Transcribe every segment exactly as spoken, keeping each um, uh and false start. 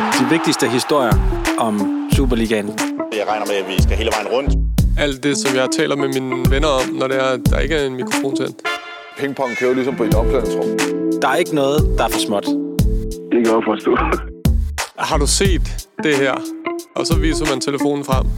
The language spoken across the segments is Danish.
De vigtigste historier om Superligaen. Jeg regner med, at vi skal hele vejen rundt. Alt det, som jeg taler med mine venner om, når det er, der ikke er en mikrofon til. Pingpong kører ligesom på et omklædningsrum. Der er ikke noget, der er for småt. Det kan jeg forstå. Har du set det her? Og så viser man telefonen frem.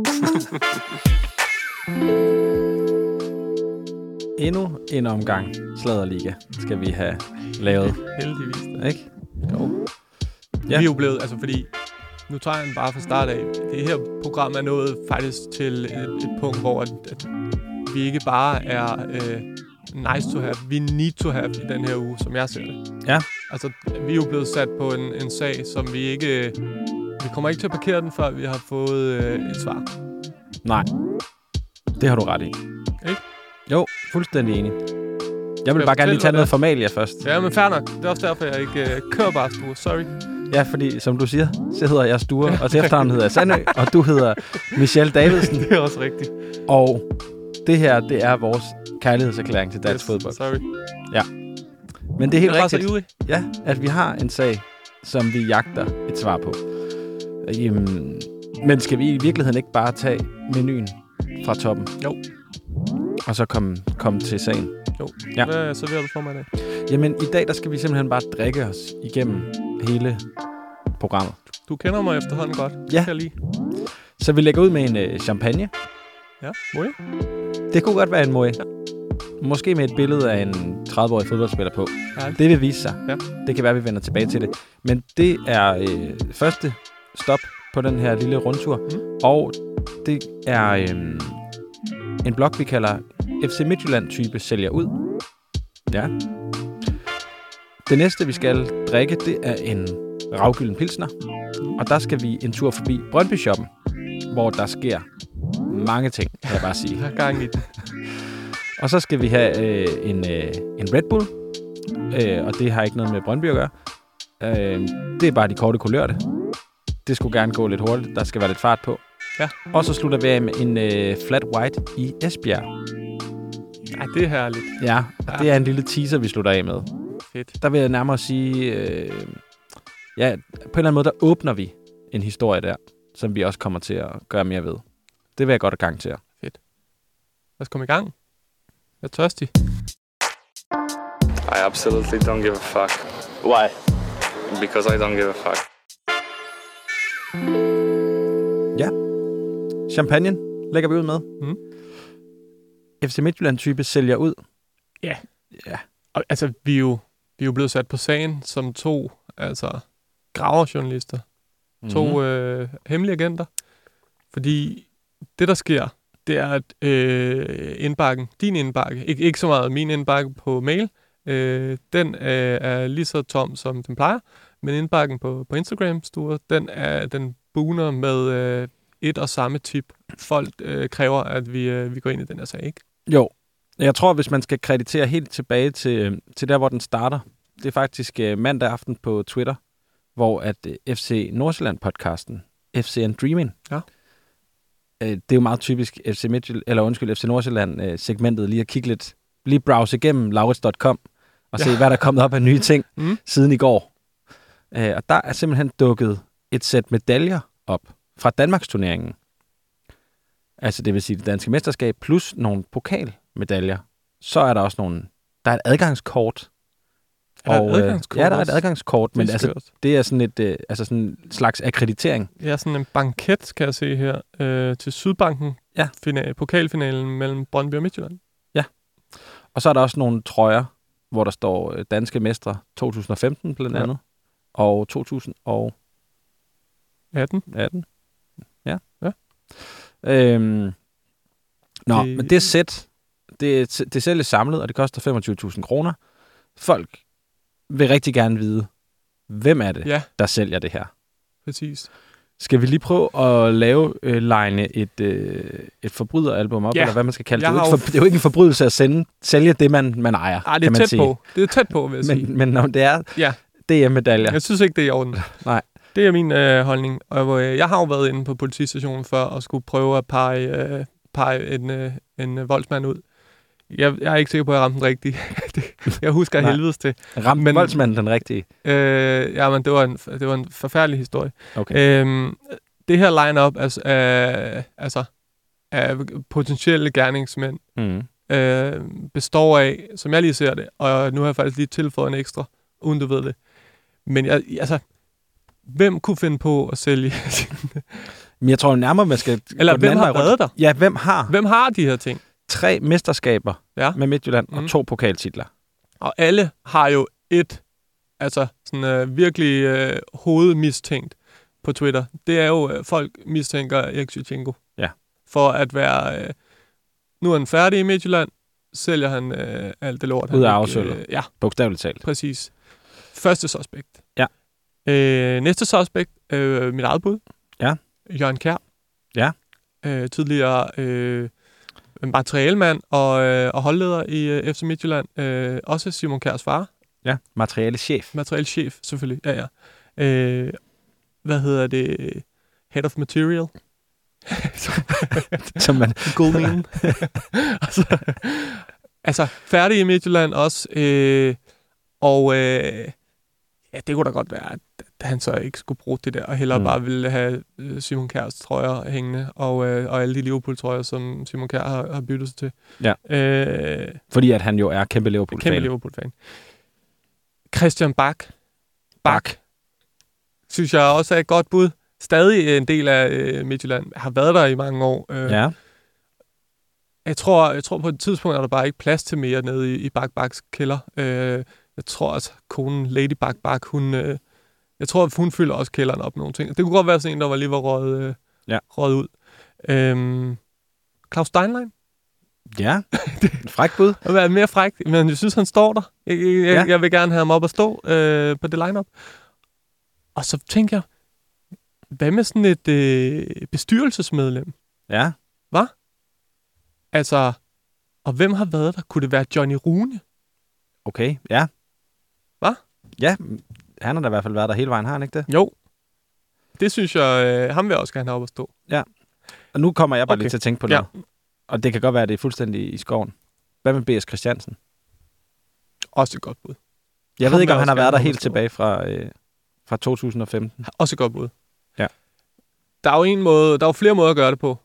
Endnu en omgang Sladderliga skal vi have lavet. Heldigvis. Ikke? Jo. Ja. Vi er jo blevet, altså fordi, nu tager jeg den bare fra start af. Det her program er nået faktisk til et, et punkt, hvor at, at vi ikke bare er øh, nice to have, vi need to have i den her uge, som jeg ser det. Ja. Altså, vi er jo blevet sat på en, en sag, som vi ikke... Vi kommer ikke til at parkere den, før vi har fået øh, et svar. Nej. Det har du ret i. Ikke? Jo, fuldstændig enig. Jeg vil jeg bare gerne lige tage noget formalia først. Ja, men fair nok. Det er også derfor, jeg ikke øh, kører bare Sture. Sorry. Ja, fordi som du siger, så hedder jeg Sture, og til efternavn hedder jeg Sandø, og du hedder Michelle Davidsen. Det er også rigtigt. Og det her, det er vores kærlighedserklæring til dansk yes, fodbold. Sorry. Ja. Men det er helt jeg er rigtigt, så ivrig. ja, at vi har en sag, som vi jagter et svar på. Øhm, men skal vi i virkeligheden ikke bare tage menuen fra toppen? Jo. Og så komme, komme til sagen? Jo. Ja. Hvad serverer du for mig i dag? Jamen, i dag der skal vi simpelthen bare drikke os igennem hele programmet. Du kender mig efterhånden godt. Det ja. kan jeg lide. Så vi lægger ud med en øh, champagne. Ja, Moe. Det kunne godt være en Moe. Ja. Måske med et billede af en tredive-årig fodboldspiller på. Ja. Det vil vise sig. Ja. Det kan være, vi vender tilbage til det. Men det er øh, første stop på den her lille rundtur. Mm. Og det er øh, en blog, vi kalder F C Midtjylland-type sælger ud. Ja. Det næste, vi skal drikke, det er en ravgylden pilsner. Og der skal vi en tur forbi Brøndby-shoppen, hvor der sker mange ting, kan jeg bare sige. Jeg har gang i det. Og så skal vi have øh, en, øh, en Red Bull, øh, og det har ikke noget med Brøndby at gøre. Øh, det er bare de korte kulørte. Det skulle gerne gå lidt hurtigt. Der skal være lidt fart på. Ja. Og så slutter vi af med en øh, Flat White i Esbjerg. Ja, det er herligt. Ja, og det er en lille teaser, vi slutter af med. Fedt. Der vil jeg nærmere sige, øh, ja, på en eller anden måde, der åbner vi en historie der, som vi også kommer til at gøre mere ved. Det vil jeg godt have gang til jer. Fedt. Lad os komme i gang. Jeg er tørstig. I absolutely don't give a fuck. Why? Because I don't give a fuck. Ja. Champagnen lægger vi ud med. Mm. F C Midtjylland-type sælger ud. Ja. Ja. Og, altså, vi er, jo, vi er jo blevet sat på sagen som to altså, graverjournalister. Mm-hmm. To øh, hemmelige agenter. Fordi det, der sker, det er, at øh, indbakken, din indbakke, ikke, ikke så meget min indbakke på mail, øh, den øh, er lige så tom, som den plejer. Men indbakken på, på Instagram, Sture, den, er, den buner med øh, et og samme tip. Folk øh, kræver, at vi, øh, vi går ind i den her sag, ikke? Jo. Jeg tror, hvis man skal kreditere helt tilbage til, til der, hvor den starter, det er faktisk øh, mandag aften på Twitter, hvor at øh, F C Nordsjælland-podcasten, F C and Dreaming, ja. øh, det er jo meget typisk F C Midtjylland, eller undskyld, F C Nordsjælland-segmentet, lige at kigge lidt, lige browse igennem laurits punktum com og ja. se, hvad der er kommet op af nye ting mm. siden i går. Øh, og der er simpelthen dukket et sæt medaljer op fra Danmarksturneringen. Altså det vil sige det danske mesterskab, plus nogle pokalmedaljer. Så er der også nogle... Der er et adgangskort. Er og, et adgangskort ja, der er et også? adgangskort, men det er, altså, det er sådan et øh, altså sådan en slags akkreditering. Ja, sådan en banket, kan jeg se her, øh, til Sydbanken. Ja. Final, pokalfinalen mellem Brøndby og Midtjylland. Ja. Og så er der også nogle trøjer, hvor der står øh, danske mestre to tusind og femten blandt andet, ja. og to tusind og atten. atten. Ja. Ja. Øhm, nå, det... men det sæt, det, det sælges samlet, og det koster femogtyve tusind kroner. Folk vil rigtig gerne vide, hvem er det, ja. der sælger det her. Præcis. Skal vi lige prøve at lave, øh, legne et, øh, et forbryderalbum op, ja. eller hvad man skal kalde det? Det er, for, det er jo ikke en forbrydelse at sende, sælge det, man, man ejer, Ej, det er kan man tæt sige. på. Det er tæt på, vil jeg men, sige. Men når det er ja. D M-medaljer... Jeg synes ikke, det er i orden. Nej. Det er min øh, holdning. Og øh, jeg har jo været inde på politistationen før og skulle prøve at pege, øh, pege en, øh, en voldsmand ud Jeg, jeg er ikke sikker på, at jeg ramte den rigtige. Jeg husker helvedes til. Ramte men, voldsmanden den rigtige? Øh, ja, men det var, en, det var en forfærdelig historie. Okay. Øhm, det her line-up altså, af, altså, af potentielle gerningsmænd mm. øh, består af, som jeg lige ser det, og nu har jeg faktisk lige tilføjet en ekstra, uden du ved det. Men jeg, altså, hvem kunne finde på at sælge? Men jeg tror nærmere, man skal... Eller hvem har været der? Ja, hvem har? Hvem har de her ting? Tre mesterskaber ja. med Midtjylland mm. og to pokaltitler. Og alle har jo et, altså sådan øh, virkelig øh, hovedmistænkt på Twitter. Det er jo, øh, folk mistænker Erik Shevchenko. Ja. For at være... Øh, nu er han færdig i Midtjylland, sælger han øh, alt det lort. Ud af afsølvet. Øh, ja. Bogstaveligt talt. Præcis. Første suspekt. Ja. Øh, næste suspekt, øh, mit eget bud. Ja. Jørgen Kjær. Ja. Øh, tidligere øh, materialemand og, øh, og holdleder i øh, F C Midtjylland. Øh, også Simon Kjærs far. Ja, materialechef. Materialechef, selvfølgelig. Ja, ja. Øh, hvad hedder det? Head of Material. Som man... God mening. altså, altså, færdig i Midtjylland også. Øh, og øh, ja, det kunne da godt være, at han så ikke skulle bruge det der, og hellere mm. bare ville have Simon Kjærs trøjer hængende, og, øh, og alle de Liverpool-trøjer, som Simon Kjær har, har byttet sig til. Ja. Øh, Fordi at han jo er kæmpe Liverpool-fan. Kæmpe Liverpool-fan. Christian Bak. Bak. Synes jeg også er et godt bud. Stadig en del af øh, Midtjylland. Har været der i mange år. Øh, ja. Jeg tror, jeg tror på et tidspunkt, er der bare ikke plads til mere nede i, i Bak Baks kælder. Øh, jeg tror altså, konen Lady Bak Bak, hun... Øh, jeg tror, hun fylder også kælderen op med nogle ting. Det kunne godt være sådan en, der var lige var røget, øh, ja. røget ud. Øhm, Claus Steinlein? Ja, fræk bud. Det er mere fræk, men jeg synes, han står der. Jeg, jeg, ja. jeg vil gerne have ham op og stå øh, på det line-up. Og så tænker jeg, hvad med sådan et øh, bestyrelsesmedlem? Ja. Hvad? Altså, og hvem har været der? Kunne det være Johnny Rune? Okay, ja. Hvad? Ja, han har da i hvert fald været der hele vejen, har han ikke det? Jo. Det synes jeg, øh, ham vil jeg også gerne have op at stå. Ja. Og nu kommer jeg bare okay. lige til at tænke på noget. Ja. Og det kan godt være, at det er fuldstændig i skoven. Hvad med B S Christiansen? Også et godt bud. Jeg ham ved ikke, om han har været der helt tilbage fra, øh, fra to tusind og femten. Også et godt bud. Ja. Der er jo en måde, der er jo flere måder at gøre det på.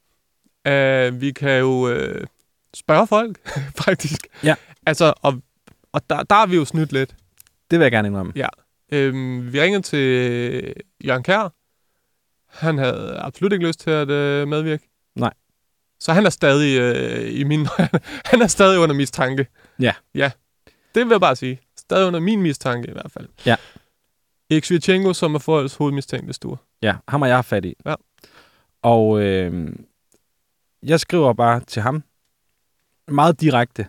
Uh, vi kan jo øh, spørge folk, faktisk. Ja. Altså, og, og der, der er vi jo snydt lidt. Det vil jeg gerne indrømme. Ja. Øhm, vi ringede til øh, Jørgen Kjær. Han havde absolut ikke lyst til at øh, medvirke. Nej. Så han er stadig øh, i min han er stadig under mistanke. Ja. Ja. Det vil jeg bare sige. Stadig under min mistanke i hvert fald. Ja. Erik Shevchenko, som er forholdets hovedmistænkte stuer. Ja, ham har jeg haft fat i. Ja. Og øh, jeg skriver bare til ham meget direkte.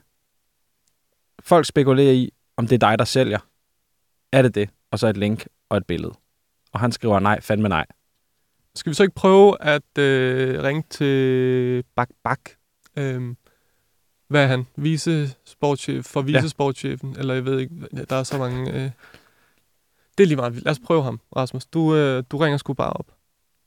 Folk spekulerer i, om det er dig, der sælger. Er det det? Og så et link og et billede. Og han skriver nej, fandme nej. Skal vi så ikke prøve at øh, ringe til Bak Bak? Øhm, hvad er han? Vicesportschef for vicesportschefen? Ja. Eller jeg ved ikke, der er så mange... Øh... Det er lige meget vildt. Lad os prøve ham, Rasmus. Du, øh, du ringer sgu bare op.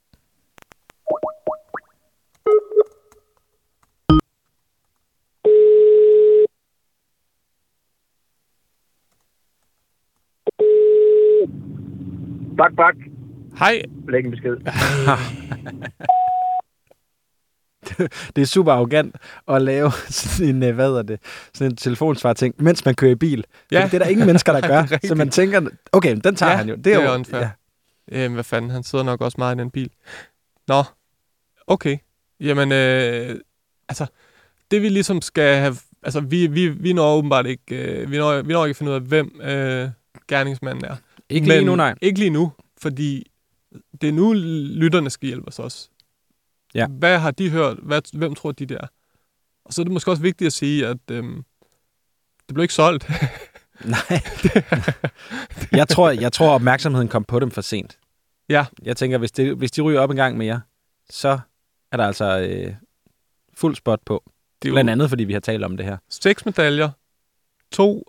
Bak, bak. Hej. Læg en besked. Det er super arrogant at lave sådan en, hvad er det, sådan en telefonsvar-ting, mens man kører i bil. Ja. Det er der ingen mennesker, der gør. Så man tænker, okay, den tager ja, han jo. Det er, det er jo unfair. Ja. Øhm, hvad fanden, han sidder nok også meget i den bil. Nå, okay. Jamen, øh, altså, det vi ligesom skal have, altså, vi, vi, vi når åbenbart ikke, øh, vi, når, vi når ikke at finde ud af, hvem øh, gerningsmanden er. Ikke lige Men, nu, nej. Ikke lige nu, fordi det er nu, lytterne skal hjælpe os også. Ja. Hvad har de hørt? Hvad, hvem tror de der? Og så er det måske også vigtigt at sige, at øhm, det blev ikke solgt. Nej. jeg, tror, jeg tror, opmærksomheden kom på dem for sent. Ja. Jeg tænker, hvis, det, hvis de ryger op en gang mere, så er der altså øh, fuld spot på. Det er Blandt jo andet, fordi vi har talt om det her. Seks medaljer, to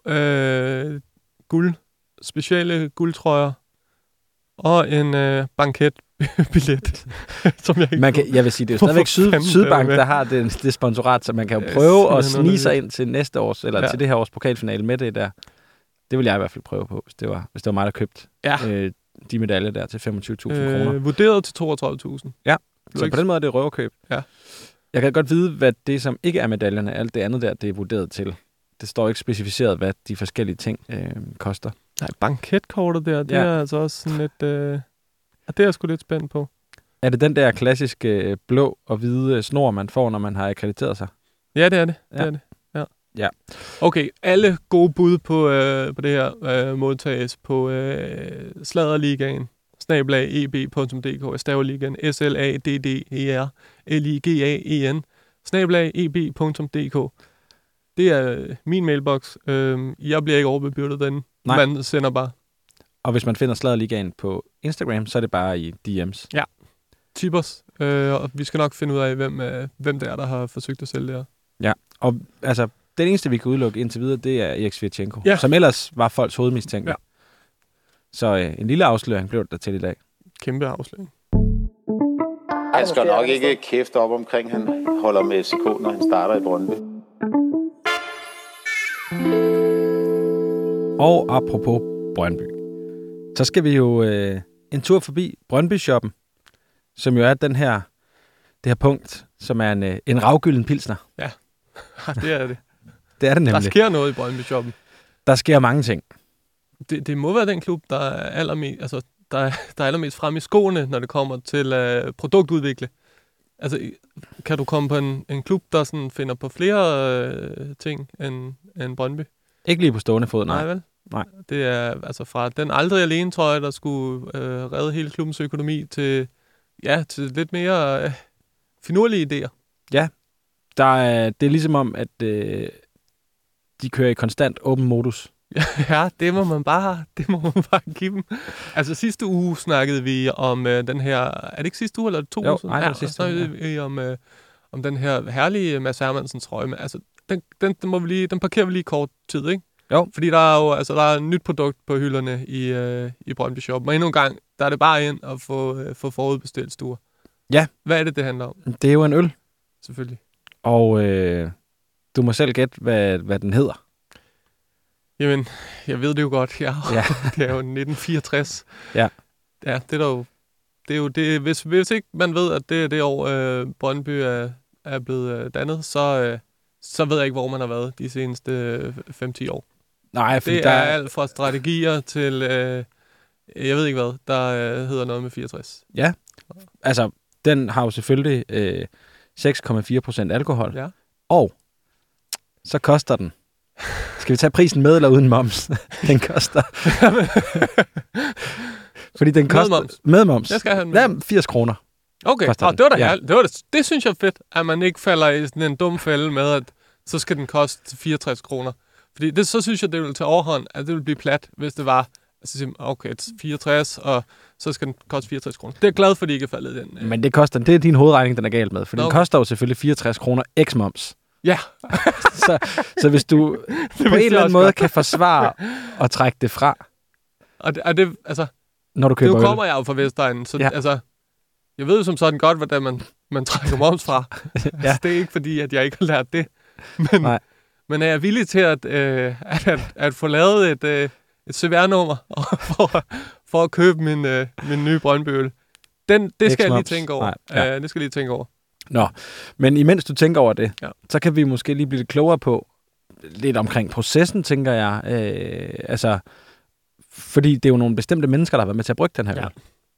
øh, guld, specielle guldtrøjer og en øh, banket billet, som jeg ikke Man kan, jeg vil sige, det er jo stadigvæk Syd, fanden Sydbank, det er med? der har det, det sponsorat, så man kan jo Ja, prøve at simpelthen snige sig underligt. ind til næste års, eller Ja. til det her års pokalfinale med det der. Det vil jeg i hvert fald prøve på, hvis det var, hvis det var mig, der købte Ja. øh, de medaljer der til femogtyve tusind kroner. øh, vurderet til toogtredive tusind. Ja, Det så ikke- på den måde er det røverkøb. Ja. Jeg kan godt vide, hvad det, som ikke er medaljerne, alt det andet der, det er vurderet til. Det står ikke specificeret, hvad de forskellige ting øh, koster. Nej, banketkortet der, det Ja. er altså også sådan lidt... Øh, ja, det er jeg sgu lidt spændt på. Er det den der klassiske øh, blå og hvide snor, man får, når man har akkrediteret sig? Ja, det er det. det, Ja. er det. Ja. Ja. Okay, alle gode bud på, øh, på det her øh, modtages på øh, Sladderligaen, snabelag e b punktum d k, jeg staver ligaen, S L A D D E R L I G A E N, snabelag e b punktum d k. Det er øh, min mailbox. Øh, jeg bliver ikke overbebyrdet den. Nej. Man sender bare Og hvis man finder Sladderligaen på Instagram, så er det bare i D M's. tippers, øh, og vi skal nok finde ud af, hvem, øh, hvem det er, der har forsøgt at sælge det her. Og altså, den eneste, vi kan udelukke indtil videre, det er Erik Svirchenko, Ja. som ellers var folks hovedmistænkte. Ja. Så øh, en lille afsløring blev der til i dag. Kæmpe afsløring. Han skal nok ikke kæfte op omkring, han holder med F C K, når han starter i Brøndby. Og apropos Brøndby, så skal vi jo øh, en tur forbi Brøndby-shoppen, som jo er den her, det her punkt, som er en, øh, en ravgylden pilsner. det er det. Det er det Der nemlig. sker noget i Brøndby-shoppen. Der sker mange ting. Det, det må være den klub, der er allermest, altså, der, er- der er allermest frem i skoene, når det kommer til uh, produktudvikle. Altså, i- kan du komme på en, en klub, der sådan finder på flere uh, ting end, end Brøndby? Ikke lige på stående fod, nej. Nej, vel? Nej. Det er altså fra den aldrig alene, tror jeg, der skulle uh, redde hele klubbens økonomi til, ja, til lidt mere uh, finurlige idéer. Der er, det er ligesom om, at øh, de kører i konstant åben modus. Ja, det må man bare, det må man bare give dem. Altså sidste uge snakkede vi om øh, den her, er det ikke sidste uge eller to Jo, uger siden? nej, det var ja, sidste så uge, snakkede vi om, øh, om den her herlige Mads Hermansens trøje. Men, altså, den, den, den, må vi lige, den parkerer vi lige kort tid, ikke? Jo. Fordi der er jo altså, der er et nyt produkt på hylderne i, øh, i Brøndby Shop. Og endnu en gang, der er det bare ind og få, øh, få forudbestilt stuer. Ja. Hvad er det, det handler om? Det er jo en øl, Selvfølgelig. og øh, du må selv gætte, hvad, hvad den hedder. Jamen, jeg ved det jo godt. Ja. Ja. Det er jo nitten fireogtres. Ja. Ja, det er der jo... Det er jo det, hvis, hvis ikke man ved, at det er det år, øh, Brøndby er, er blevet øh, dannet, så, øh, så ved jeg ikke, hvor man har været de seneste øh, fem til ti år. Nej, fordi Det der er alt fra strategier til... Øh, jeg ved ikke hvad, der øh, hedder noget med fireogtres. altså, den har jo selvfølgelig øh, seks komma fire procent alkohol, Ja. og så koster den. Skal vi tage prisen med eller uden moms? Den koster. Fordi den Med koster moms. med moms. Jeg skal have den med. Ja, firs kroner. Okay, koster oh, den. det var da Ja. herligt. Det, var da, det synes jeg er fedt, at man ikke falder i sådan en dum fælde med, at så skal den koste fireogtres kroner. Fordi det, så synes jeg, det ville tage overhånd, at det ville blive plat, hvis det var, altså sige, okay, fireogtres, og så skal den koste fireogtres kroner. Det er jeg glad for, at de ikke er faldet i den. øh. Men det koster, det er din hovedregning, den er galt med. For den Okay. koster jo selvfølgelig fireogtres kroner x moms. Ja, Så, så hvis du på vidste en jeg eller anden også måde godt. kan forsvare at trække det fra, og det, og det altså, når du køber nu øl. kommer jeg jo fra Vestegnen, så Ja. ja. altså, jeg ved jo som sådan godt, hvordan man, man trækker moms fra. Ja. Altså, det er ikke fordi, at jeg ikke har lært det. Men, Nej. men er jeg villig til at, øh, at, at, at få lavet et, øh, et C V R-nummer for, for at købe min, øh, min nye Brøndby-øl? Den, det skal jeg lige X-moms. tænke over. Nej, Ja. ja. Uh, det skal jeg lige tænke over. Nå, men imens du tænker over det, Ja. så kan vi måske lige blive lidt klogere på, lidt omkring processen, tænker jeg. Øh, altså, fordi det er jo nogle bestemte mennesker, der har været med til at brygge den her Ja. øl.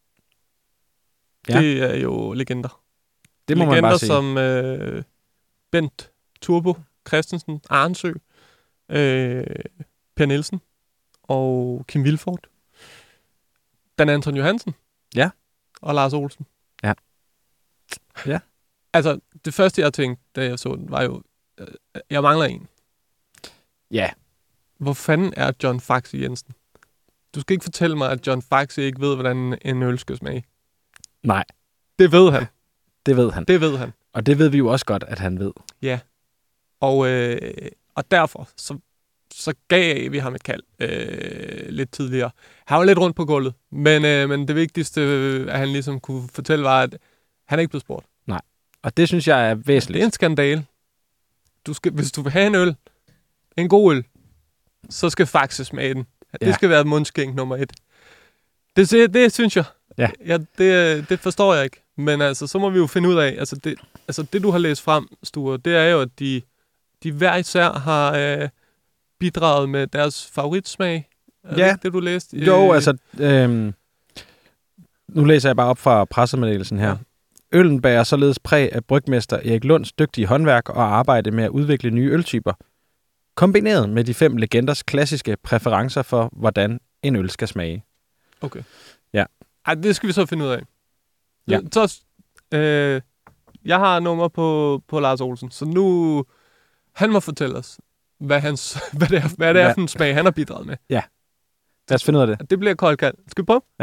Ja. Det er jo legender. Det må legender man bare sige. som øh, Bent Turbo Christensen, Arnsø, øh, Per Nielsen og Kim Vilfort. Dan Anton Johansen. Ja. Og Lars Olsen. Ja. Ja. Altså, det første, jeg tænkte, da jeg så den, var jo, øh, jeg mangler en. Ja. Hvor fanden er John Faxe Jensen? Du skal ikke fortælle mig, at John Faxe ikke ved, hvordan en øl skal smage. Nej, Det ved han. det ved han. Det ved han. Og det ved vi jo også godt, at han ved. Og, øh, og derfor, så så gav vi ham et kald øh, lidt tidligere. Han var lidt rundt på gulvet, men, øh, men det vigtigste, at han ligesom kunne fortælle, var, at han er ikke blevet spurgt. Nej, og det synes jeg er væsentligt. Det er en skandale. Du skal, hvis du vil have en øl, en god øl, så skal Faxe smage den. Det Ja. skal være mundskænk nummer et. Det, det, det synes jeg. Ja. Ja, det, det forstår jeg ikke. Men altså, så må vi jo finde ud af, altså det, altså det du har læst frem, Sture, det er jo, at de, de hver især har øh, bidraget med deres favoritsmag. Er Ja. det ikke det, du læste? Jo, Øh, altså... Øhm, nu læser jeg bare op fra pressemeddelelsen her. Ja. Øllen bærer således præg af brygmester Erik Lunds dygtige håndværk og arbejde med at udvikle nye øltyper, kombineret med de fem legenders klassiske præferencer for, hvordan en øl skal smage. Okay. Ja. Ej, det skal vi så finde ud af. Ja. Så, øh, jeg har nummer på, på Lars Olsen, så nu... Han må fortælle os, hvad, hans, hvad det er, hvad det er Ja. for en smag, han har bidraget med. Lad os finde ud af det. Det bliver koldt kald. Skal vi prøve? Ja.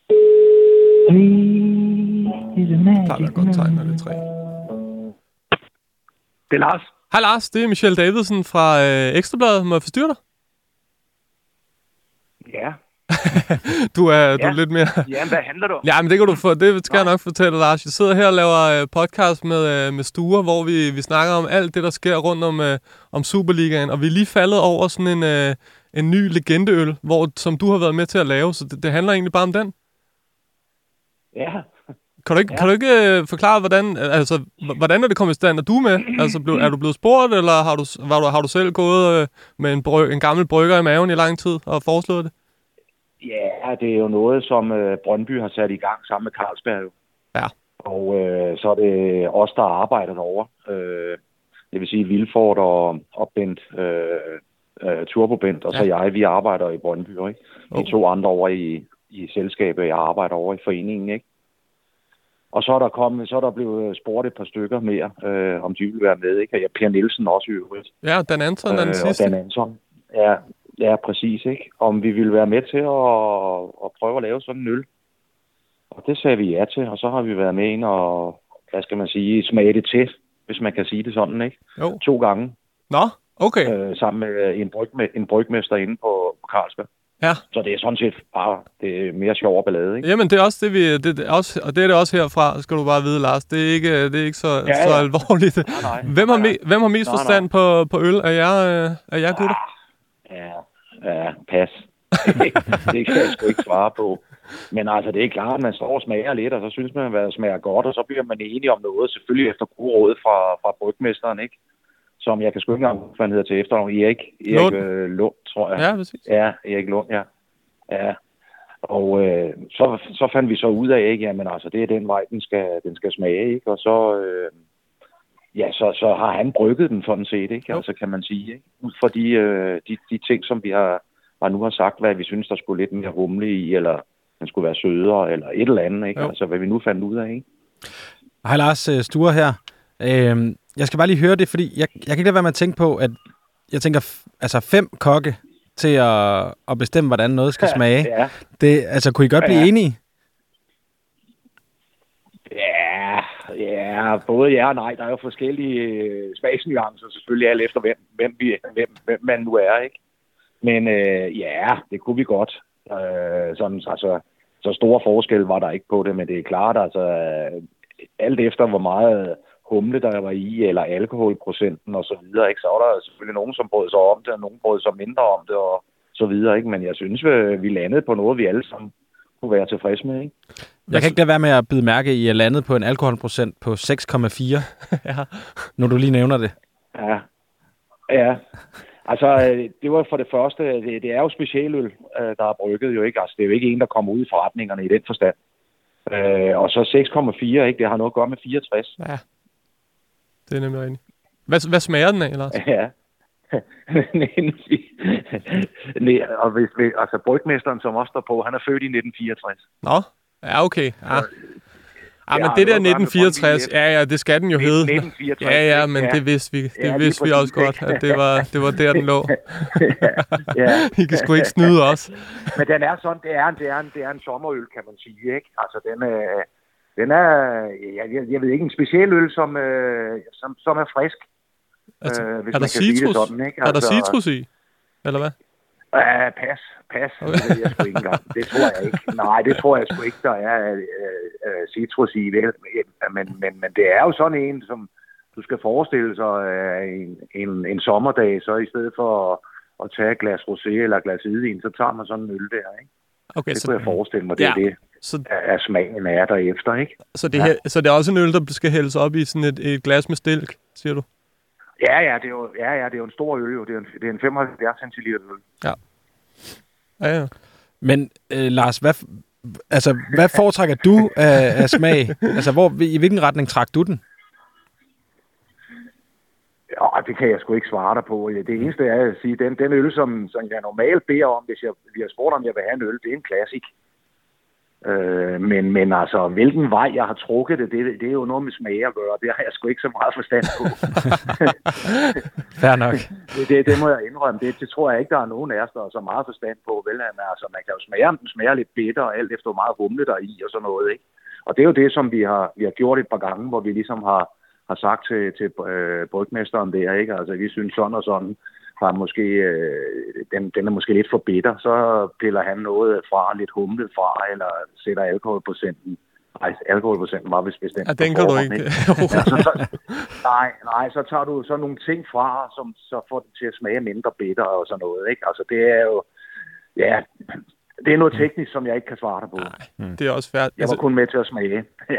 Det plejer at være et godt tegn, når det er tre. Det er Lars. Hej Lars, det er Michelle Davidsen fra øh, Ekstrabladet. Må jeg forstyrre dig? Ja. Du er, du Ja. er lidt mere... Ja, hvad handler det om? Ja, men det kan du få. Det skal jeg nok fortælle, Lars. Jeg sidder her og laver øh, podcast med, øh, med Sture, hvor vi, vi snakker om alt det, der sker rundt om, øh, om Superligaen. Og vi er lige faldet over sådan en, øh, en ny legendeøl, hvor, som du har været med til at lave. Så det, det handler egentlig bare om den. Ja. Kan du ikke, Ja. kan du ikke øh, forklare, hvordan, altså, h- hvordan er det kommet i stand? Er du med? Altså, blev, er du blevet spurgt, eller har du, var du, har du selv gået øh, med en, bryg, en gammel brygger i maven i lang tid og foreslået det? Ja, det er jo noget, som øh, Brøndby har sat i gang sammen med Carlsberg. Jo. Ja. Og øh, så er det os, der arbejder derovre. Øh, det vil sige Vilfort og, og Bent, øh, øh, Turbo Bent, og så Ja. jeg, vi arbejder i Brøndby. Ikke? De Oh. to andre over i, i selskabet, jeg arbejder over i foreningen. Ikke? Og så er der kommet, så er der blevet spurgt et par stykker mere, øh, om de vil være med. Ikke? Og ja, Per Nielsen også i øvrigt. Ja, Dan Anton er den Øh, sidste. og Dan Anton. Ja, ja, præcis. Ikke? Om vi ville være med til at, at prøve at lave sådan en øl. Og det sagde vi ja til, og så har vi været med ind og, hvad skal man sige, smage det til, hvis man kan sige det sådan, ikke? Jo. To gange, Nå, okay. øh, sammen med en, bryg, med en brygmester inde på, på Carlsberg. Ja. Så det er sådan set bare det er mere sjov og ballade, ikke? Jamen, det er også det, vi... Det, det er også, og det er det også herfra, skal du bare vide, Lars. Det er ikke, det er ikke så, Ja, så ja. alvorligt. Nej, nej. Hvem har, Nej, me, hvem har mest Nej, forstand på, på øl? Er jeg, øh, er jeg gutter? Ja, ja, pas. Det kan jeg sgu ikke svare på. Men altså, det er klart, at man står og smager lidt, og så synes man, at det smager godt, og så bliver man enige om noget, selvfølgelig efter gode råd fra, fra brygmesteren, ikke? Som jeg kan sgu ikke engang, hvad han hedder til efternavn, Erik, Erik Lund. øh, Lund, tror jeg. Ja, præcis. Ja, Erik Lund, ja. Ja. Og øh, så, så fandt vi så ud af, ikke? Jamen altså, det er den vej, den skal, den skal smage, ikke? Og så, øh, ja, så, så har han brygget den sådan set, ikke? Jo. Altså, kan man sige, ikke? Ud fra de, øh, de, de ting, som vi har, har nu har sagt, hvad vi synes, der skulle lidt mere humle i, eller den skulle være sødere, eller et eller andet, ikke? Jo. Altså, hvad vi nu fandt ud af, ikke? Hej Lars, øh, Sture her. Øhm, jeg skal bare lige høre det, fordi jeg, jeg kan ikke lade være med at tænke på, at jeg tænker, f- altså fem kokke til at, at bestemme, hvordan noget skal smage. Ja. Det, altså, kunne I godt blive Ja. enige? Ja, ja, både ja og nej. Der er jo forskellige øh, smagsnuancer, selvfølgelig alt efter, hvem, hvem, vi, hvem, hvem man nu er, ikke? Men øh, ja, det kunne vi godt. Øh, sådan, altså, så store forskel var der ikke på det, men det er klart, altså, øh, alt efter hvor meget humle der var i, eller alkoholprocenten og så videre, ikke? Så var der selvfølgelig nogen, som brød sig om det, og nogen brød sig mindre om det, og så videre, ikke? Men jeg synes, vi, vi landede på noget, vi alle sammen kunne være tilfredse med, ikke? Jeg kan ikke lade være med at bide mærke i, at jeg landede på en alkoholprocent på seks komma fire, Ja. når du lige nævner det. Ja, ja. Altså, øh, det var for det første, det, det er jo specialøl, øh, der er brygget jo ikke. Altså, det er jo ikke en, der kommer ud i forretningerne i den forstand. Øh, og så seks komma fire, ikke? Det har noget at gøre med fireogtres. Ja. Det er nemlig rigtigt. Hvad, hvad smager den af, Lars? Ja. Nej, og hvis, hvis, altså, brygmesteren, som også står på, han er født i nitten fireogtres. Nå, ja, okay. Ja. Ja, men Ja, det der det var bare nitten med fireogtres, Brøndby. ja, ja, det skal den jo hedde. nitten fireogtres, Ja, ja, ikke? men Ja. det vidste vi. Det Ja, lige vidste vi præcis, også godt, ikke? at det var, det var der, den lå. Ja. I kan sgu ikke snyde os. Men den er sådan, det er en, det er en, det er en sommerøl, kan man sige, ikke? Altså, den, øh, den er, jeg, jeg, jeg ved ikke, en speciel øl, som, øh, som, som er frisk. Altså, øh, hvis er man der kan sige det citrus? sådan, ikke? Er der Altså, citrus i? eller hvad? Uh, pas, pas. Okay. Det ved jeg sgu ikke engang. Det tror jeg ikke. Nej, det tror jeg sgu ikke, der er uh, uh, citrus i. Men, men, men det er jo sådan en, som du skal forestille sig uh, en, en, en sommerdag, så i stedet for at, at tage et glas rosé eller et glas hvidvin, så tager man sådan en øl der, ikke? Okay, det så, kunne jeg forestille mig, det ja, er det, så, at smagen er derefter, ikke? Så det, her, ja. så det er også en øl, der skal hældes op i sådan et, et glas med stilk, siger du? Ja, ja, det er jo, ja, ja, det er jo en stor øl, jo. Det er en, det er en femoghalvfjerds centiliter øl. Ja. Ja, ja. Men øh, Lars, hvad, altså, hvad foretrækker du af, af smag? Altså, hvor, i hvilken retning trak du den? Ja, det kan jeg sgu ikke svare dig på. Det eneste er at sige, den, den øl, som, som jeg normalt beder om, hvis jeg bliver spurgt, om jeg vil have en øl, det er en klassik. Øh, men, men altså, hvilken vej jeg har trukket det, det, det er jo noget med smag at gøre. Det har jeg sgu ikke så meget forstand på. Fair nok. det, det, det må jeg indrømme. Det, det tror jeg ikke, der er nogen af os, der er så meget forstand på. Vel, altså, man kan jo smage, om den smager lidt bitter, og alt efter hvor meget humle der er i og sådan noget. Ikke? Og det er jo det, som vi har, vi har gjort et par gange, hvor vi ligesom har, har sagt til, til øh, brygmesteren der, ikke? Altså, vi synes sådan og sådan. Har måske, øh, den, den er måske lidt for bitter, så piller han noget fra, lidt humle fra, eller sætter alkoholprocenten. Nej, alkoholprocenten var vist bestemt. Ja, den kan du ikke. ja, så, så, nej, nej, så tager du så nogle ting fra, som så får den til at smage mindre bitter og sådan noget, ikke? Altså, det er jo, ja, det er noget teknisk, som jeg ikke kan svare dig på. Nej, det er også færdigt. Jeg var altså, kun med til at smage.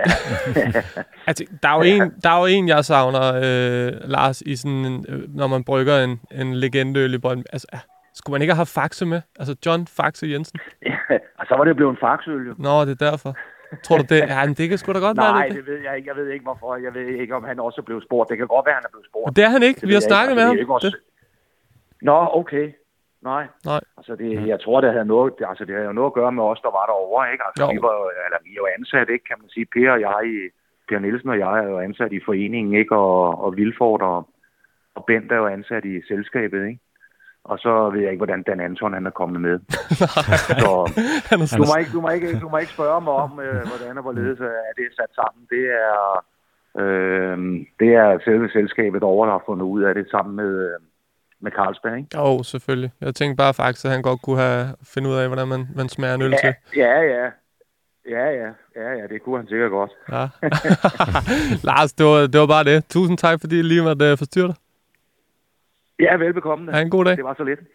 altså, der er jo en, der er jo en jeg savner, øh, Lars, i sådan en, øh, når man brygger en, en legendeøl i Brøndby. Altså, øh, skulle man ikke have haft Faxe med? Altså, John Faxe Jensen? Ja, og så var det blevet en Faxeøl, jo. Nå, det er derfor. Tror du det? Ja, men det kan sgu da godt Nej, være det. Nej, det ved jeg ikke. Jeg ved ikke, hvorfor. Jeg ved ikke, om han også blev spurgt. Det kan godt være, han er blevet spurgt. Og det er han ikke. Det Vi har snakket ikke. med Altså, ham. også... Nå, okay. Nej. Nej. Altså, det, jeg tror, det havde noget, altså, det havde jo noget at gøre med os, der var derovre, ikke? Altså, vi var, eller vi er jo ansat, ikke? Kan man sige, Per og jeg, Per Nielsen og jeg er jo ansat i foreningen, ikke? Og, og Vilfort og, og Bent er jo ansat i selskabet, ikke? Og så ved jeg ikke, hvordan Dan Anton han er kommet med. Så du må, ikke, du, må ikke, du må ikke spørge mig om, øh, hvordan og hvorledes er det sat sammen. Det er, øh, det er selve selskabet over, der har fundet ud af det sammen med, med Carlsberg, ikke? Jo, selvfølgelig. Jeg tænkte bare faktisk, at han godt kunne have finde ud af, hvordan man, man smager en øl ja, til. Ja, ja. Ja, ja. Ja, ja. Det kunne han sikkert godt. Ja. Lars, det var, det var bare det. Tusind tak, fordi I lige måtte forstyrre dig. Ja, velbekomme. Ha' en god dag. Det var så lidt.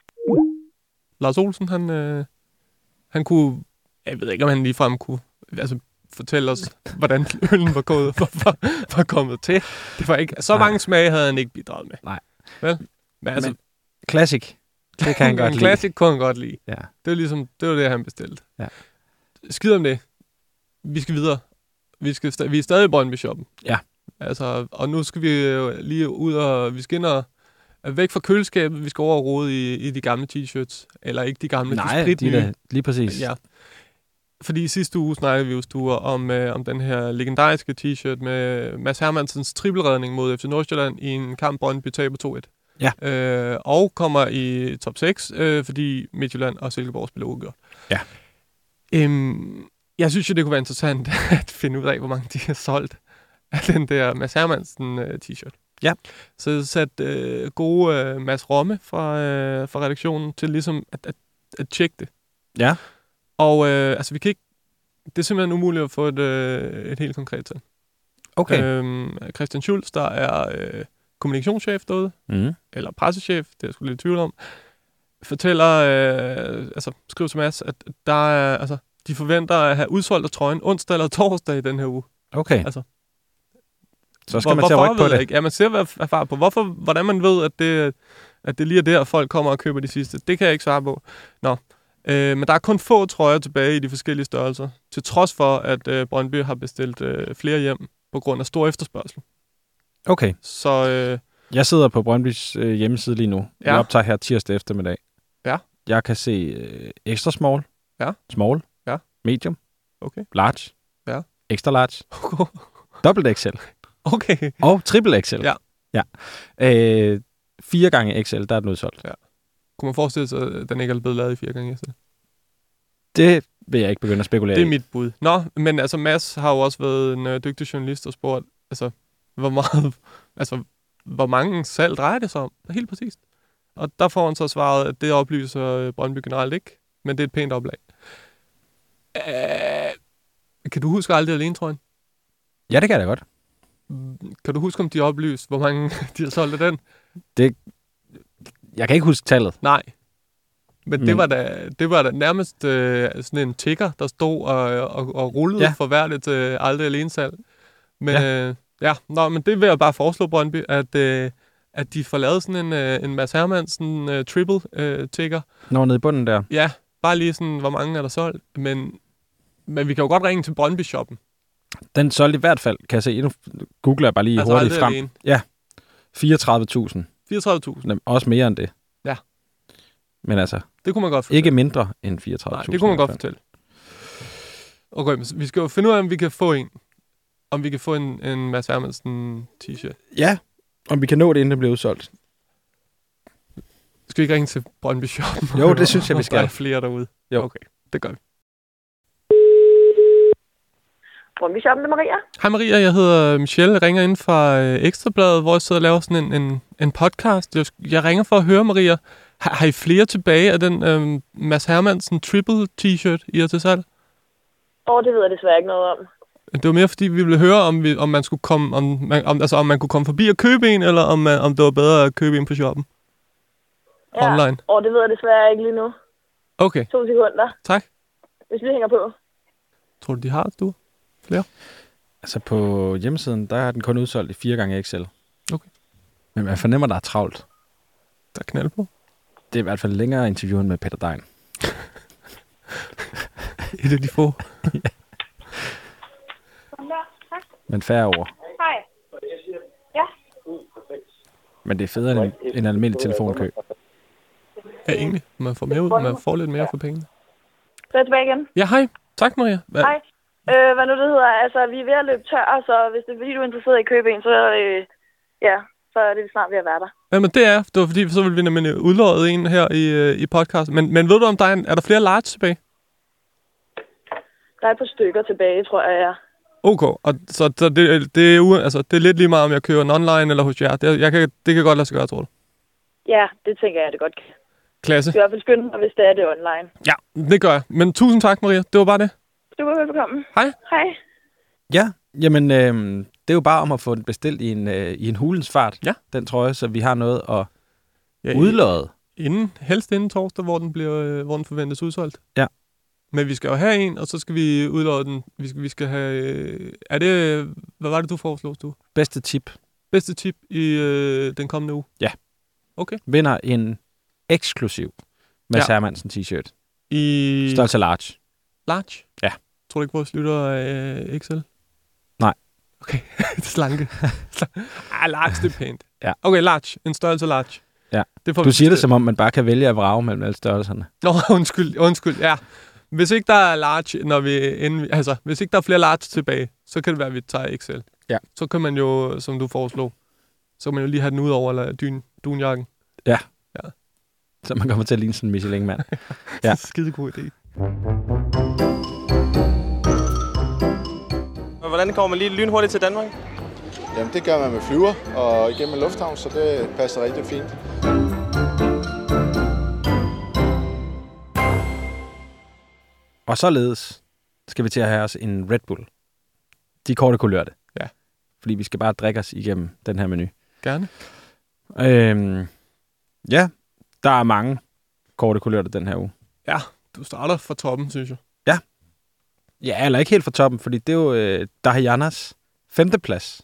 Lars Olsen, han, øh, han kunne, jeg ved ikke, om han ligefrem kunne altså, fortælle os, hvordan øllen var, gået, var, var, var kommet til. Det var ikke, så Nej. mange smage havde han ikke bidraget med. Nej. Vel? Men altså, Men, classic, det kan han godt lide. Classic kunne han godt lide. Ja. Det var ligesom, det var det, han bestilte. Ja. Skid om det. Vi skal videre. Vi, skal sta- vi er stadig i Brøndby-shoppen. Ja. Altså, og nu skal vi jo lige ud og, vi skal ind og væk fra køleskabet, vi skal over og rode i, i de gamle t-shirts. Eller ikke de gamle, Nej, de de der, lige præcis. Ja. Fordi i sidste uge snakkede vi jo Sture om, øh, om den her legendariske t-shirt med Mads Hermansens trippelredning mod F C Nordsjælland i en kamp Brøndby taber to et. Ja. Øh, og kommer i top seks, øh, fordi Midtjylland og Silkeborg spiller udgjort. Ja. Øhm, jeg synes jo, det kunne være interessant at finde ud af, hvor mange de har solgt af den der Mads Hermansen øh, t-shirt. Ja. Så jeg satte øh, gode øh, Mads Romme fra, øh, fra redaktionen til ligesom at, at, at tjekke det. Ja. Og øh, altså, vi kan ikke... Det er simpelthen umuligt at få et, øh, et helt konkret tal. Okay. Øhm, Christian Schulz, der er øh, kommunikationschef derude, mm. eller pressechef, det er jeg sgu lidt i tvivl om, fortæller, øh, altså skriver til Mads, at der er, altså, de forventer at have udsolgt af trøjen onsdag eller torsdag i den her uge. Okay. Altså, så skal hvor, man til at rykke på det. Ikke? Ja, man ser erfare på. Hvorfor, hvordan man ved, at det, at det lige er der, folk kommer og køber de sidste. Det kan jeg ikke svare på. Nå. Øh, men der er kun få trøjer tilbage i de forskellige størrelser, til trods for, at øh, Brøndby har bestilt øh, flere hjem på grund af stor efterspørgsel. Okay. Så øh, jeg sidder på Brøndbys øh, hjemmeside lige nu. Ja. Jeg optager her tirsdag eftermiddag. Ja. Jeg kan se øh, extra small, ja. small, ja. medium, okay. large, ja. extra large, dobbelt X L. Okay. Og triple X L. Ja. Ja. Øh, fire gange X L, der er den udsolgt. Ja. Kunne man forestille sig, at den ikke er blevet lavet i fire gange X L? Det vil jeg ikke begynde at spekulere Det er i. mit bud. Nå, men altså Mads har jo også været en øh, dygtig journalist og spurgt, altså, hvor meget, altså, hvor mange salg drejer det sig om? Helt præcist. Og der får han så svaret, at det oplyser øh, Brøndby generelt ikke, men det er et pænt oplag. Æh, kan du huske aldrig alene, tror jeg? Ja, det kan jeg da godt. Kan du huske, om de oplyst, hvor mange de har solgt af den? Det, jeg kan ikke huske tallet. Nej. Men, Men det, var da, det var da nærmest øh, sådan en ticker, der stod og, og, og rullede ja. for hvert et øh, aldrig alene salg. Men ja, øh, ja nå, men det vil jeg bare foreslå, Brøndby, at, øh, at de får lavet sådan en, øh, en Mads Hermansen øh, triple øh, ticker. Når nede i bunden der. Ja, bare lige sådan, hvor mange er der solgt. Men, men vi kan jo godt ringe til Brøndby-shoppen. Den solgte i hvert fald, kan jeg se, nu googler jeg bare lige altså hurtigt frem. Alene. Ja, fireogtredive tusind. fireogtredive tusind. Også mere end det. Ja. Men altså, det kunne man godt fortælle. Ikke mindre end fireogtredive tusind. Nej, det kunne man godt fortælle. Okay, men vi skal jo finde ud af, om vi kan få en. Om vi kan få en, en Mads Hermansen t-shirt. Ja, om vi kan nå det, inden det bliver udsolgt. Skal vi ikke ringe til Brøndby Shoppen? Jo, det synes jeg, vi skal. Der er flere derude. Jo. Okay, det gør vi. Brøndby Shoppen, det er Maria. Hej Maria, jeg hedder Michelle. Jeg ringer ind fra øh, Ekstrabladet, hvor jeg sidder og laver sådan en, en, en podcast. Jeg, jeg ringer for at høre, Maria, har, har I flere tilbage af den øh, Mads Hermansen triple t-shirt, I har til salg? Åh, oh, det ved jeg desværre ikke noget om. Det var mere, fordi vi ville høre, om, vi, om man skulle komme, om man, om, altså, om man kunne komme forbi og købe en, eller om, man, om det var bedre at købe en på shoppen. Ja. Online. Åh, oh, det ved jeg desværre ikke lige nu. Okay. To sekunder. Tak. Hvis vi hænger på. Tror du, de har du? Flere? Altså på hjemmesiden, der er den kun udsolgt i fire gange X L. Okay. Men man fornemmer, der er travlt. Der er knald på. Det er i hvert fald længere interview end med Peter Dein. Et af de få. Ja. Men færre ord. Hej. Ja. Men det er federe end en, en almindelig telefonkø. Ja, egentlig. Man får, mere ud. Man får lidt mere for pengene. Så er jeg tilbage igen. Ja, hej. Tak, Maria. Hva? Hej. Øh, hvad nu det hedder? Altså, vi er ved at løbe tør, så hvis det er fordi, du er interesseret i at købe en, så, øh, ja, så er det snart ved at være der. Jamen, det er. Det var fordi, så vil vi nemlig udlåde en her i, øh, i podcasten. Men, men ved du, om der er, en, er der flere large tilbage? Der er et par stykker tilbage, tror jeg, ja. Okay, og så, så det, det, er u- altså, det er lidt lige meget, om jeg køber en online eller hos jer. Det, jeg kan, det kan godt lade sig gøre, tror du? Ja, det tænker jeg, det godt kan. Klasse. Du skal i hvert fald skynde mig, hvis det er det online. Ja, det gør jeg. Men tusind tak, Maria. Det var bare det. Du er velbekomme. Hej. Hej. Ja, jamen, øh, det er jo bare om at få den bestilt i en, øh, i en hulens fart, ja. Den trøje, så vi har noget at ja, udlåde. Inden, helst inden torsdag, hvor den, bliver, øh, hvor den forventes udsolgt. Ja. Men vi skal jo have en, og så skal vi udlåde den. Vi skal, vi skal have... Øh, er det... Hvad var det, du foreslog, du? Bedste tip. Bedste tip i øh, den kommende uge? Ja. Okay. Vinder en eksklusiv Mads ja. Hermansen t-shirt. I... Størrelse large. Large? Ja. Tror du ikke, vores lytter er øh, X L? Nej. Okay, slanke. ah, large, det er pænt. Ja. Okay, large. En størrelse large. Ja. Det får du vi siger det, bestilt. som om man bare kan vælge at vrage mellem alle størrelserne. Nå, undskyld, undskyld, ja. Hvis ikke der er large, når vi, inden, altså, hvis ikke der er flere large tilbage, så kan det være, at vi tager X L. Ja. Så kan man jo, som du foreslog, så kan man jo lige have den ud over eller dyn, dunjakken. Ja. Ja. Så man kommer til at ligne sådan en Michelin-mand. Ja. Skide god idé. Hvordan kommer man lige lynhurtigt til Danmark? Jamen, det gør man med flyver og igennem en lufthavn, så det passer rigtig fint. Og således skal vi til at have os en Red Bull. De korte kulørte. Ja. Fordi vi skal bare drikke os igennem den her menu. Gerne. Øhm, ja, der er mange korte kulørte den her uge. Ja, du starter fra toppen, synes jeg. Ja. Ja, eller ikke helt fra toppen, fordi det er jo øh, Dahianas femteplads.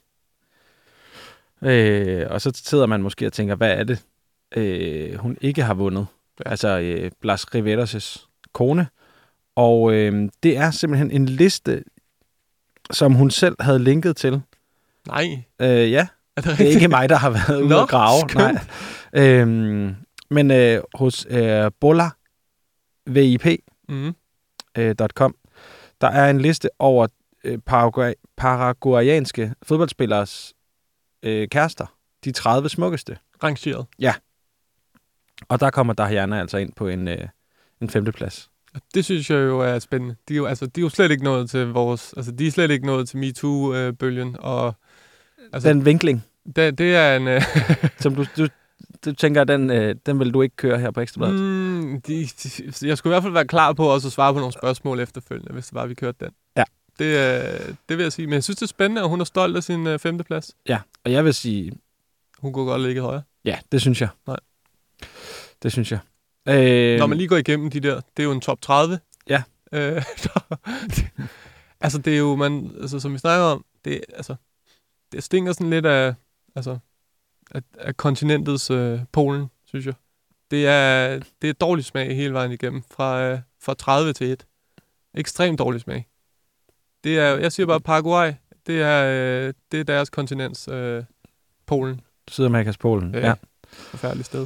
Øh, og så sidder man måske og tænker, hvad er det, øh, hun ikke har vundet? Ja. Altså øh, Blas Riveros' kone. Og øh, det er simpelthen en liste, som hun selv havde linket til. Nej. Øh, ja, er det, det er ikke mig, der har været ude at grave. Nej. Øhm, men øh, hos øh, Bola V I P mm. øh, .com, der er en liste over øh, paraguay, paraguayanske fodboldspillers øh, kærester. De tredive smukkeste. Rangeret. Ja. Og der kommer Dahiana altså ind på en, øh, en femteplads. Det synes jeg jo er spændende. De er jo, altså, de er jo slet ikke nået til vores... Altså, de er slet ikke nået til MeToo-bølgen. Og, altså, den vinkling. Det, det er en... Øh, som du, du du tænker, den, øh, den vil du ikke køre her på Ekstrabladet? Mm, de, de, jeg skulle i hvert fald være klar på også at svare på nogle spørgsmål efterfølgende, hvis det var, vi kørte den. Ja. Det, øh, det vil jeg sige. Men jeg synes, det er spændende, at hun er stolt af sin øh, femteplads. Ja, og jeg vil sige... Hun kunne godt ligge højere. Ja, det synes jeg. Nej. Det synes jeg. Øh... Når man lige går igennem de der, det er jo en top tredive. Ja. Øh, altså, det er jo, man, altså, som vi snakker om, det, altså, det stinker sådan lidt af, altså, af, af kontinentets øh, Polen, synes jeg. Det er, det er dårlig smag hele vejen igennem, fra, øh, fra tredive til et. Ekstremt dårlig smag. Det er, jeg siger bare Paraguay, det er, øh, det er deres kontinents øh, Polen. Sydamerikas Polen, ja. ja. Forfærdeligt sted.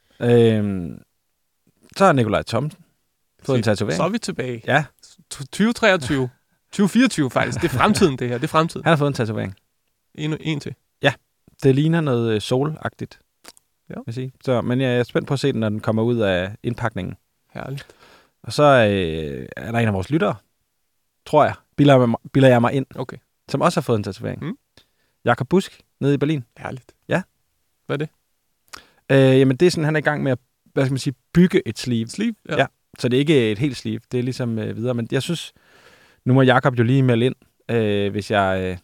Øhm, så har Nikolaj Thomsen fået en tatovering. Så er vi tilbage. Ja. tyve treogtyve. tyve fireogtyve faktisk. Det er fremtiden, det her. Det er fremtiden. Han har fået en tatovering. En, en til. Ja. Det ligner noget solagtigt. Ja. Vil sige. Så, men jeg er spændt på at se den, når den kommer ud af indpakningen. Herligt. Og så øh, er der en af vores lyttere, tror jeg, bilder, bilder jeg mig ind, okay. som også har fået en tatovering. Mm. Jakob Busk, nede i Berlin. Herligt. Ja. Hvad er det? Øh, jamen, det er sådan, han er i gang med at, hvad skal man sige, bygge et sleeve. Sleeve? Ja. ja. Så det er ikke et helt sleeve, det er ligesom øh, videre. Men jeg synes, nu må Jakob jo lige melde ind, øh, hvis, jeg, øh,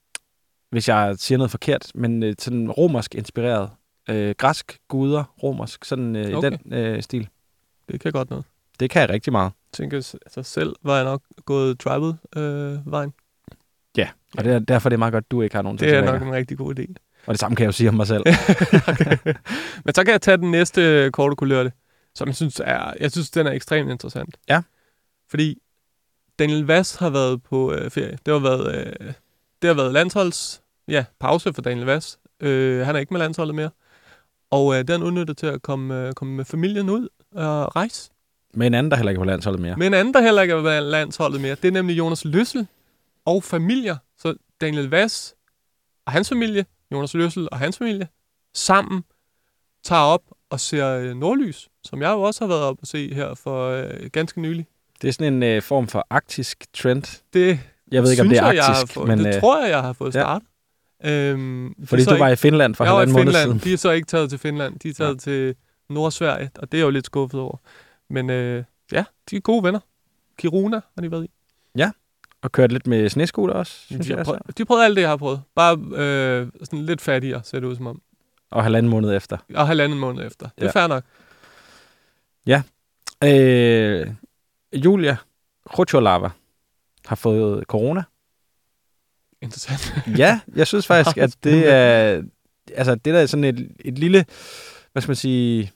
hvis jeg siger noget forkert, men øh, sådan romersk inspireret. Øh, græsk, guder, romersk, sådan øh, okay. i den øh, stil. Det kan godt noget. Det kan jeg rigtig meget. Jeg tænker, altså selv var jeg nok gået tribal-vejen. Øh, ja, og det er, derfor det er meget godt, at du ikke har nogen tatoveringer. Det er nok en rigtig god idé. Og det samme kan jeg jo sige om mig selv. Okay. Men så kan jeg tage den næste korte kulørte, som jeg synes, er, jeg synes, den er ekstremt interessant. Ja. Fordi Daniel Vass har været på øh, ferie. Det har været, øh, det har været landsholds ja, pause for Daniel Vass. Øh, han er ikke med landsholdet mere. Og øh, den udnyttet til at komme, øh, komme med familien ud og rejse. Med en anden, der heller ikke er på landsholdet mere. Med en anden, der heller ikke er på landsholdet mere. Det er nemlig Jonas Løssel og familier. Så Daniel Vass og hans familie, Jonas Løssel og hans familie, sammen tager op og ser øh, nordlys, som jeg jo også har været op og se her for øh, ganske nylig. Det er sådan en øh, form for arktisk trend. Det jeg ved ikke, om det er arktisk, fået, men... Det øh, tror jeg, jeg har fået ja. startet. Øhm, Fordi du var ikke, i Finland for halvanden måned siden. De er så ikke taget til Finland. De er taget ja. til Nordsverige, og det er jo lidt skuffet over. Men øh, ja, de er gode venner. Kiruna har de været i. Ja, og kørt lidt med snescooter også, synes de jeg. Prøv, de prøvede alt det, jeg har prøvet. Bare øh, sådan lidt fattigere, ser det ud som om. Og halvanden måned efter. Og halvanden måned efter. Det er ja. fair nok. Ja. Øh, Julia Krutjolava har fået corona. Interessant. Ja, jeg synes faktisk, at det er, altså det der er sådan et, et lille, hvad skal man sige,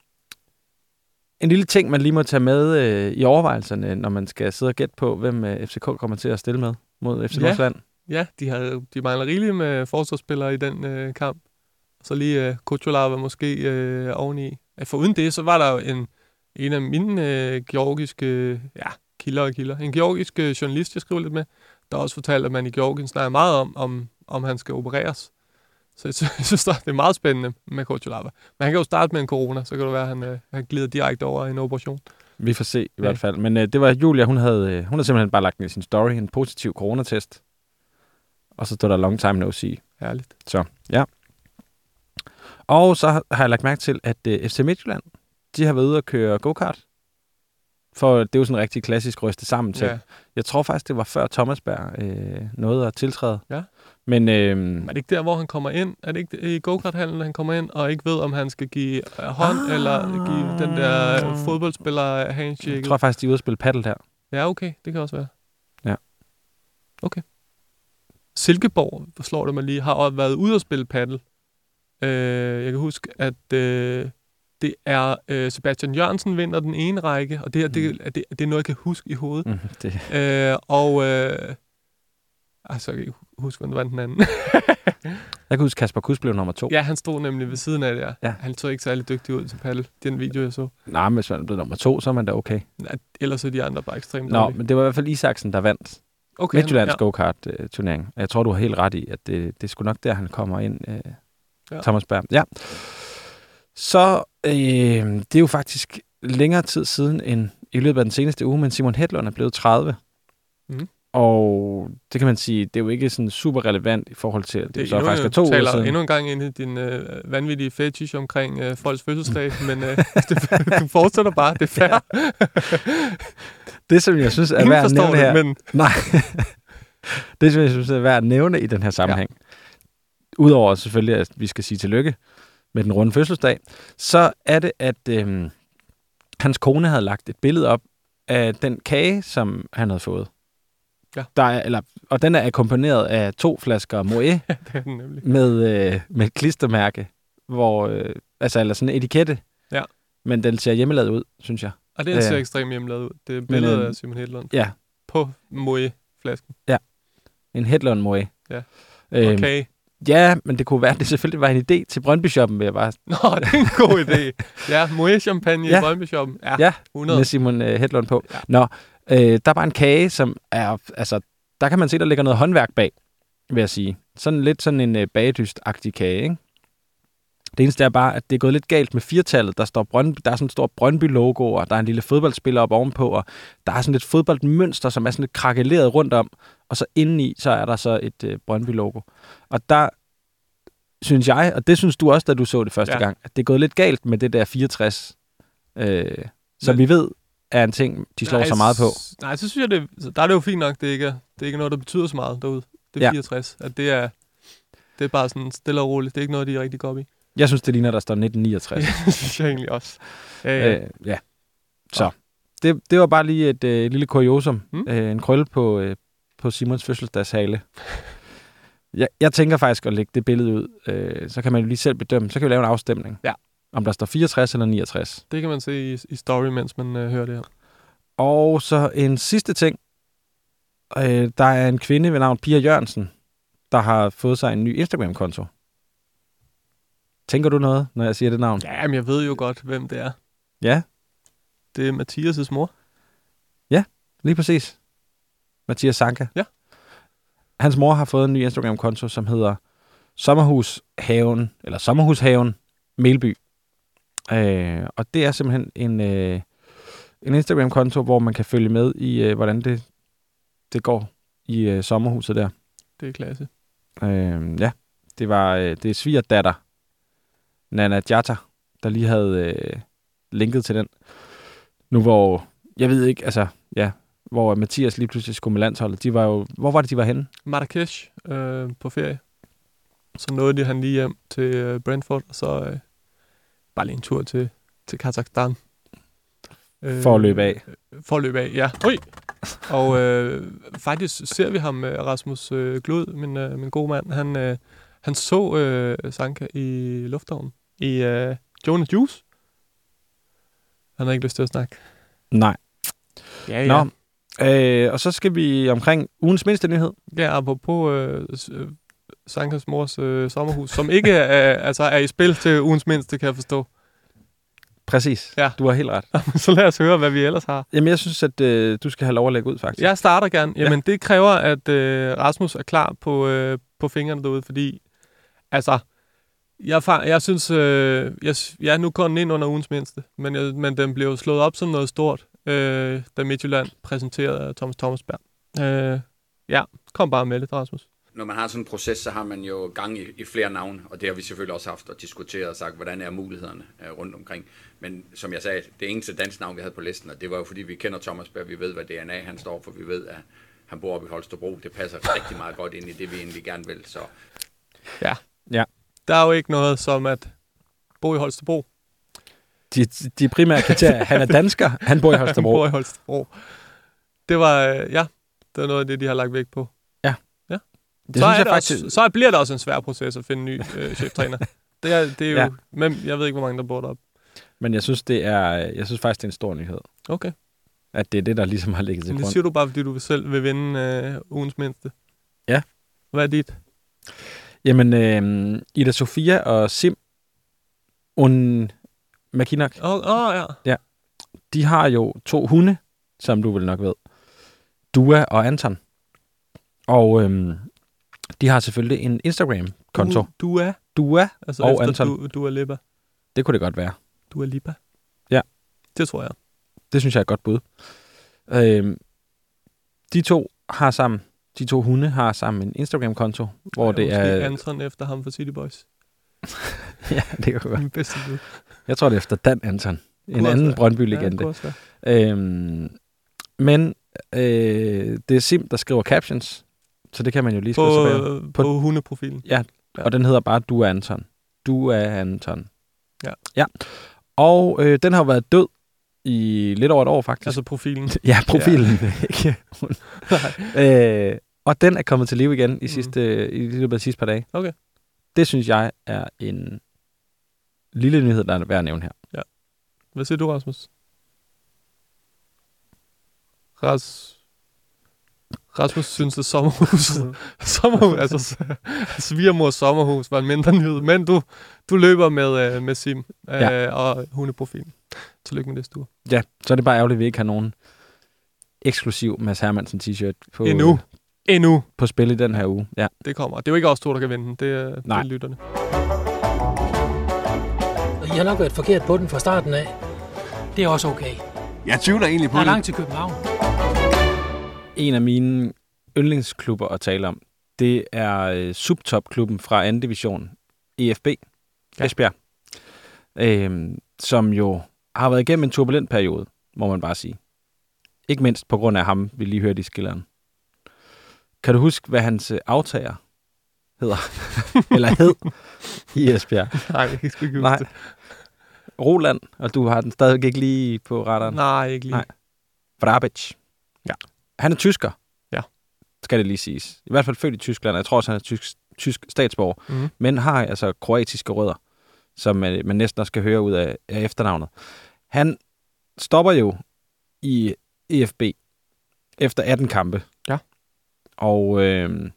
en lille ting, man lige må tage med øh, i overvejelserne, når man skal sidde og gætte på, hvem øh, F C K kommer til at stille med mod F C Nordsjælland. Ja, ja, de, har, de mangler rigeligt med forsvarsspillere i den øh, kamp. Så lige øh, Kutsulava måske øh, oveni. For uden det, så var der jo en, en af mine øh, georgiske, ja, kilder og kilder. En georgisk øh, journalist, jeg skrev lidt med, der også fortalte, at man i Georgien snakker meget om, om, om han skal opereres. Så jeg synes, det er meget spændende med Kutsulava. Men han kan jo starte med en corona, så kan det være, at han, øh, han glider direkte over i en operation. Vi får se i ja. hvert fald. Men øh, det var Julia, hun havde, øh, hun havde simpelthen bare lagt i sin story en positiv coronatest. Og så stod der long time no see. Herligt. Så, ja. Og så har jeg lagt mærke til, at øh, F C Midtjylland, de har været ude at køre go-kart. For det er jo sådan en rigtig klassisk ryste sammen til. Ja. Jeg tror faktisk, det var før Thomasberg øh, nåede at tiltræde. Ja. Men øh, er det ikke der, hvor han kommer ind? Er det ikke i go-kart-hallen, han kommer ind og ikke ved, om han skal give uh, hånd ah. eller give den der uh, fodboldspiller handshake? Jeg tror faktisk, de er ude at spille paddle der. Ja, okay. Det kan også være. Ja. Okay. Silkeborg, slår det mig lige, har også været ude at spille paddle. Uh, jeg kan huske, at uh, det er uh, Sebastian Jørgensen vinder den ene række, og det her, mm. det, det, det er noget, jeg kan huske i hovedet. Mm, det. Uh, og... Uh, altså, jeg kan ikke huske, hvem det var den anden. Jeg kan huske, Kasper Kuss blev nummer to. Ja, han stod nemlig ved siden af det, ja. ja. Han så ikke særlig dygtig ud til paddle, den video, jeg så. Nej, men hvis man blev nummer to, så er man da okay. Ja, ellers er de andre bare ekstremt Nå, dårlige. Men det var i hvert fald Isaksen, der vandt okay, Midtjyllands ja. go-kart-turnering. Jeg tror, du har helt ret i, at det, det er sgu nok der, han kommer ind, øh, ja. Thomas Berg. Ja. Så øh, det er jo faktisk længere tid siden end i løbet af den seneste uge, men Simon Hedlund er blevet tredive. Mm. Og det kan man sige, det er jo ikke sådan super relevant i forhold til, at det, det så endnu, faktisk er to uger taler siden. endnu en gang ind i din øh, vanvittige fetish omkring øh, folks fødselsdag, men øh, det, du fortsætter bare, det er fair. Det, som jeg synes er værd at nævne her... Det, men... Nej. Det, som jeg synes er værd at nævne i den her sammenhæng, ja. Udover selvfølgelig, at vi skal sige tillykke med den runde fødselsdag, så er det, at øh, hans kone havde lagt et billede op af den kage, som han havde fået. Ja. Der er, eller, og den er akkompagneret af to flasker Moët ja, det er den nemlig. med, øh, med et klistermærke, hvor, øh, altså eller sådan en etikette, ja. Men den ser hjemmelavet ud, synes jeg. Og det ser øh, ekstremt hjemmelavet ud. Det er billedet af Simon Hedlund ja. på Moët-flasken. Ja, en Hedlund Moët. Ja, øhm, okay. Ja, men det kunne være, at det selvfølgelig var en idé til Brøndby-shoppen, vil jeg bare... Nå, det er en god idé. Ja, Moët-champagne ja. i Brøndby-shoppen. Ja, ja hundrede. Med Simon øh, Hedlund på. Ja. Nå, øh, der var en kage, som er... Altså, der kan man se, der ligger noget håndværk bag, vil jeg sige. Sådan lidt sådan en øh, bagdyst-agtig kage, ikke? Det eneste er bare, at det er gået lidt galt med firtallet. Der står Brøndby, der er sådan en stor Brøndby-logo, og der er en lille fodboldspiller op ovenpå, og der er sådan lidt fodboldmønster, som er sådan lidt krakeleret rundt om, og så indeni, så er der så et øh, Brøndby-logo. Og der synes jeg, og det synes du også, da du så det første ja. gang, at det er gået lidt galt med det der fireogtres, øh, som vi ved er en ting, de slår nej, så meget på. Nej, så synes jeg, det, der er det jo fint nok, det ikke er, det er ikke noget, der betyder så meget derude. Det er ja. fireogtres, at det er, det er bare sådan stille og roligt. Det er ikke noget, de er rigtig går op i. Jeg synes, det ligner, der står nitten niogtres. Det synes jeg egentlig også. Ja, ja. Øh, ja. Så, det, det var bare lige et øh, lille kuriosum. Mm. Øh, en krølle på, øh, på Simons fødselsdagshale. jeg, jeg tænker faktisk at lægge det billede ud. Øh, så kan man jo lige selv bedømme. Så kan vi lave en afstemning. Ja. Om der står fireogtres eller niogtres. Det kan man se i, i story, mens man øh, hører det her. Og så en sidste ting. Øh, der er en kvinde ved navn Pia Jørgensen, der har fået sig en ny Instagram-konto. Tænker du noget, når jeg siger det navn? Ja, men jeg ved jo godt, hvem det er. Ja. Det er Mathias' mor. Ja, lige præcis. Mathias Sanka. Ja. Hans mor har fået en ny Instagram-konto, som hedder Sommerhushaven, eller Sommerhushaven Melby. Øh, og det er simpelthen en, øh, en Instagram-konto, hvor man kan følge med i, øh, hvordan det, det går i øh, sommerhuset der. Det er klasse. Øh, ja, det var øh, det er svigerdatter, Nana Jatta, der lige havde øh, linket til den. Nu hvor, jeg ved ikke, altså, ja, hvor Mathias lige pludselig skulle med landsholdet, de var jo, hvor var det, de var henne? Marrakesh øh, på ferie. Så nåede de han lige hjem til øh, Brentford, og så øh, bare lige en tur til, til Kazakhstan. Øh, for at løbe af. Øh, for at løbe af, ja. Ui! Og øh, faktisk ser vi ham, Rasmus øh, Glud, min, øh, min gode mand, han, øh, han så øh, Sanka i lufthavnen i øh, Joe and the Juice. Han har ikke lyst til at snakke. Nej. Ja, ja. Nå, øh, og så skal vi omkring ugens mindste nyhed. Ja, apropos øh, øh, Sankas mors øh, sommerhus, som ikke er, altså er i spil til ugens mindste, kan jeg forstå. Præcis. Ja. Du har helt ret. Så lad os høre, hvad vi ellers har. Jamen, jeg synes, at øh, du skal have lov at lægge ud, faktisk. Jeg starter gerne. Jamen, ja. Det kræver, at øh, Rasmus er klar på, øh, på fingrene derude, fordi, altså, jeg, jeg synes, øh, jeg, ja, nu kom den ind under ugens mindste, men, jeg, men den blev slået op som noget stort, øh, da Midtjylland præsenterede Thomas Thomasberg. Øh, ja, kom bare med lidt, Rasmus. Når man har sådan en proces, så har man jo gang i, i flere navne, og det har vi selvfølgelig også haft og diskuteret og sagt, hvordan er mulighederne øh, rundt omkring. Men som jeg sagde, det eneste dansk navn, vi havde på listen, og det var jo fordi, vi kender Thomasberg, vi ved, hvad D N A han står for, vi ved, at han bor oppe i Holstebro. Det passer rigtig meget godt ind i det, vi egentlig gerne vil. Så. Ja. ja, der er jo ikke noget som at bo i Holstebro. De, de primære kriterier, han er dansker, han bor i Holstebro. Han bor i Holstebro. Det var, ja, det er noget af det, de har lagt vægt på. Ja. Ja. Det så, synes er jeg det faktisk... også, så bliver det også en svær proces at finde en ny øh, cheftræner. Det er, det er jo, ja. Men jeg ved ikke, hvor mange der bor deroppe. Men jeg synes, det er, jeg synes faktisk, det er en stor nyhed. Okay. At det er det, der ligesom har ligget til grund. Det siger du bare, fordi du selv vil vinde øh, ugens mindste. Ja. Hvad er dit? Jamen, øh, Ida Sofia og Sim Un Makinak. Åh, oh, oh, ja. Ja. De har jo to hunde, som du vel nok ved. Dua og Anton. Og øh, de har selvfølgelig en Instagram-konto. Du, Dua? Dua altså og efter Anton. Du, Dua Lipa. Det kunne det godt være. Dua Lipa? Ja. Det tror jeg. Det synes jeg er et godt bud. Øh, de to har sammen, de to hunde har sammen en Instagram-konto, hvor det måske er... Anton efter ham for City Boys. Ja, det kan godt. Min bedste bud. Jeg tror, det er efter Dan Anton. En Kunne anden være. Brøndby-legende. Ja, øhm, men øh, det er Sim, der skriver captions, så det kan man jo lige skrive på, tilbage. På, på hundeprofilen. Ja, ja, og den hedder bare Du er Anton. Du er Anton. Ja. Ja. Og øh, den har jo været død i lidt over et år, faktisk. Altså profilen. Ja, profilen. Ja. øh, og den er kommet til live igen i, sidste, mm. i løbet af de sidste par dage. Okay. Det synes jeg er en lille nyhed, der er værd at nævne her. Ja. Hvad siger du, Rasmus? Ras... Rasmus synes, at sommerhus, sommerhus altså svigermors sommerhus var en mindre nyhed, men du, du løber med, uh, med Sim uh, ja. og hundeprofilen. Tillykke med det, Sture. Ja, så er det bare ærgerligt, at vi ikke har nogen eksklusiv Mads Hermansen t-shirt på, Endnu. Endnu. på spil i den her uge. Ja. Det kommer. Det er jo ikke os to, der kan vinde den. Det er, det er lytterne. I har nok været forkert på den fra starten af. Det er også okay. Jeg tvivler egentlig på det. det. Der er langt til København. En af mine yndlingsklubber at tale om, det er uh, Subtop-klubben fra anden division, E F B, ja. Esbjerg, øhm, som jo har været igennem en turbulent periode, må man bare sige. Ikke mindst på grund af ham, vi lige hørte i skilleren. Kan du huske, hvad hans uh, aftager hedder? Eller hed i Esbjerg? Nej, jeg kan sgu ikke huske Nej. det. Roland, og du har den stadig ikke lige på radaren? Nej, ikke lige. Nej. Vrabic. Ja. Han er tysker. Ja. Skal det lige siges. I hvert fald født i Tyskland. Jeg tror også, han er tysk, tysk statsborger. Mm-hmm. Men har altså kroatiske rødder, som man, man næsten også skal høre ud af, af efternavnet. Han stopper jo i E F B efter atten kampe. Ja. Og øh,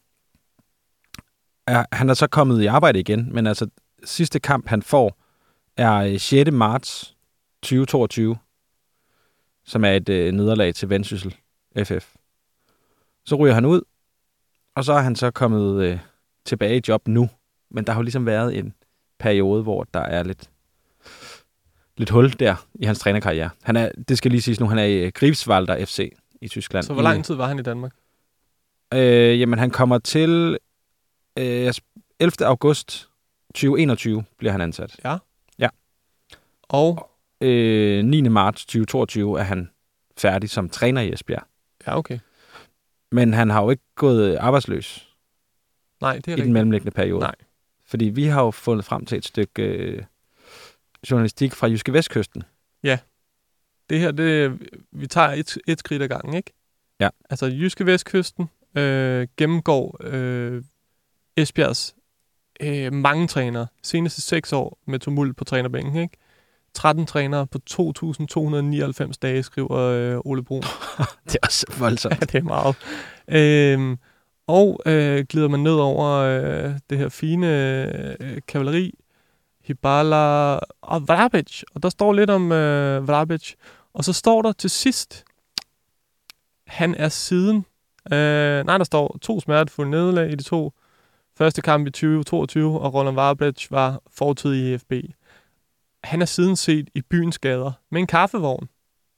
er, han er så kommet i arbejde igen, men altså sidste kamp, han får, er sjette marts tyve toogtyve, som er et øh, nederlag til Vendsyssel F F. Så ryger han ud, og så er han så kommet øh, tilbage i job nu. Men der har jo ligesom været en periode, hvor der er lidt, lidt hul der i hans trænerkarriere. Han er, det skal lige siges nu, han er i Greifswalder F C i Tyskland. Så hvor lang tid var han i Danmark? Øh, jamen, han kommer til øh, ellevte august tyve enogtyve bliver han ansat. Ja. Ja. Og? Øh, niende marts tyve toogtyve er han færdig som træner i Esbjerg. Ja, okay. Men han har jo ikke gået arbejdsløs. Nej, det er i rigtigt. den mellemliggende periode. Nej. Fordi vi har jo fundet frem til et stykke øh, journalistik fra Jyske Vestkysten. Ja. Det her, det, vi tager et, et skridt ad gangen, ikke? Ja. Altså, Jyske Vestkysten øh, gennemgår øh, Esbjergs øh, mange trænere. Seneste seks år med tumult på trænerbænken, ikke? tretten trænere på to tusind to hundrede nioghalvfems dage, skriver øh, Ole Brun. Det er også voldsomt. Ja, det er meget. Øhm, og øh, glider man ned over øh, det her fine øh, kavaleri, Hibala og Vrabic. Og der står lidt om øh, Vrabic. Og så står der til sidst, han er siden, øh, nej, der står to smertefulde nederlag i de to første kampe i tyve toogtyve, og Roland Vrabic var fortid i E F B. Han er siden set i byens gader med en kaffevogn.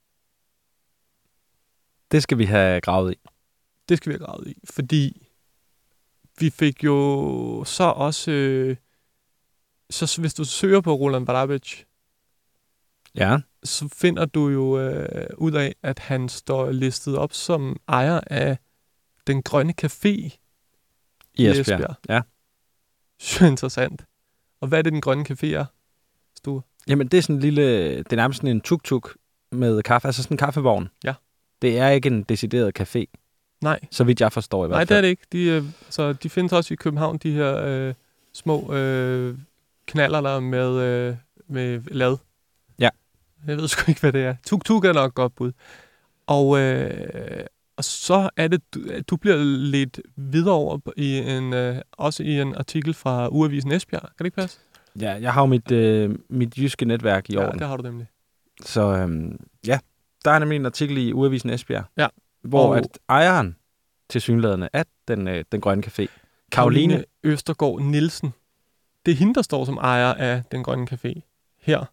Det skal vi have gravet i. Det skal vi have gravet i, fordi vi fik jo så også, øh, så hvis du søger på Roland Vrabic, ja, så finder du jo øh, ud af, at han står listet op som ejer af Den Grønne Café i Esbjerg. Esbjerg. Ja. Så interessant. Og hvad er det, Den Grønne Café er, Sture? Jamen, det er sådan en lille, det er nærmest sådan en tuk-tuk med kaffe, altså sådan en kaffevogn. Ja. Det er ikke en decideret café. Nej. Så vidt jeg forstår i hvert Nej, fald. det er det ikke. De, øh, så de findes også i København, de her øh, små øh, knaller der med, øh, med lad. Ja. Jeg ved sgu ikke, hvad det er. Tuk-tuk er nok godt bud. Og, øh, og så er det, du, du bliver lidt videre over i en, øh, også i en artikel fra Ugeavisen Esbjerg. Kan det ikke passe? Ja, jeg har jo mit, øh, mit jyske netværk i ja, orden. Ja, det har du nemlig. Så øhm, ja, der er nemlig en artikel i Ugeavisen Esbjerg, ja. hvor og at ejeren til synlædende af den, øh, den grønne café, Karoline, Karoline Østergaard Nielsen, det er hende, der står som ejer af Den Grønne Café her.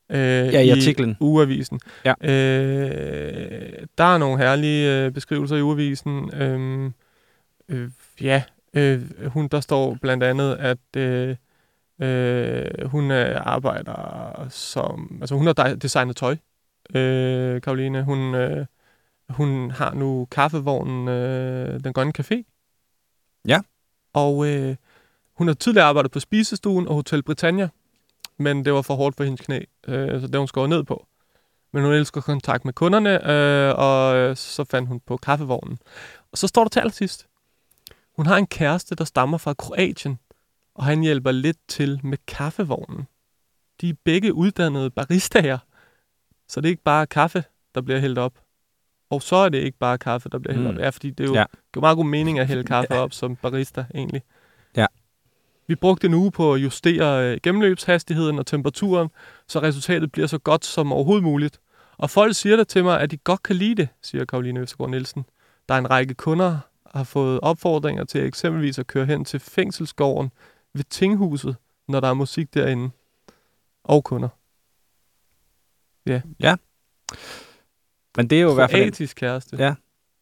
Øh, ja, i artiklen. I Ugeavisen. Ja. Øh, der er nogle herlige øh, beskrivelser i Ugeavisen. Øh, øh, ja, øh, hun, der står blandt andet, at øh, øh, hun øh, arbejder som... Altså, hun har designet tøj, øh, Karoline. Hun, øh, hun har nu kaffevognen øh, Den Grønne Café. Ja. Og øh, hun har tidligere arbejdet på Spisestuen og Hotel Britannia, men det var for hårdt for hendes knæ, øh, så det hun skåret ned på. Men hun elsker kontakt med kunderne, øh, og øh, så fandt hun på kaffevognen. Og så står der til allersidst. Hun har en kæreste, der stammer fra Kroatien, og han hjælper lidt til med kaffevognen. De er begge uddannede baristaer, så det er ikke bare kaffe, der bliver hældt op. Og så er det ikke bare kaffe, der bliver hældt Mm. op. Ja, fordi det er jo Ja. det er meget god mening at hælde kaffe op som barista, egentlig. Ja. Vi brugte en uge på at justere øh, gennemløbshastigheden og temperaturen, så resultatet bliver så godt som overhovedet muligt. Og folk siger det til mig, at de godt kan lide det, siger Karoline Østergaard Nielsen. Der er en række kunder, der har fået opfordringer til eksempelvis at køre hen til fængselsgården ved Tinghuset, når der er musik derinde. Og kunder. Ja. Ja. Men det er jo i hvert fald... Kroatisk kæreste. Ja.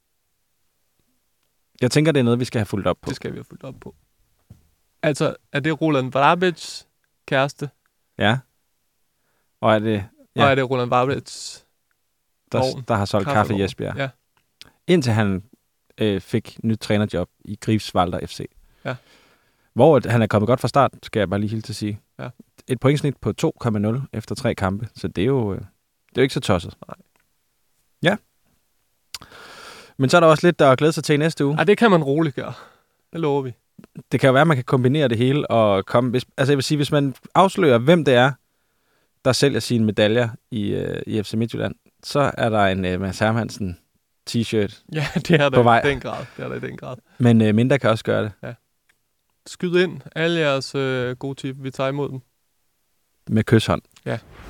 Jeg tænker, det er noget, vi skal have fulgt op på. Det skal vi have fulgt op på. Altså, er det Roland Vrabets kæreste? Ja. Og er det... Ja. Og er det Roland Vrabets der, der har solgt kaffe i Esbjerg. Ja. Indtil han øh, fik nyt trænerjob i Greifswalder F C. Ja. Hvor han er kommet godt fra start, skal jeg bare lige hilse til at sige. Ja. Et pointsnit på to komma nul efter tre kampe, så det er jo, øh, det er jo ikke så tosset. Nej. Ja. Men så er der også lidt, der glæder sig til i næste uge. Ej, det kan man roligt gøre. Det lover vi. Det kan jo være, at man kan kombinere det hele og komme... Hvis, altså jeg vil sige, hvis man afslører, hvem det er, der sælger sine medaljer i, øh, i F C Midtjylland, så er der en øh, Mads Hermansen t-shirt Ja, det er på vej. der i den grad. Det er der i den grad. Men øh, mindre kan også gøre det. Ja. Skyd ind alle jeres øh, gode tip. Vi tager imod dem. Med kysshånd. Ja.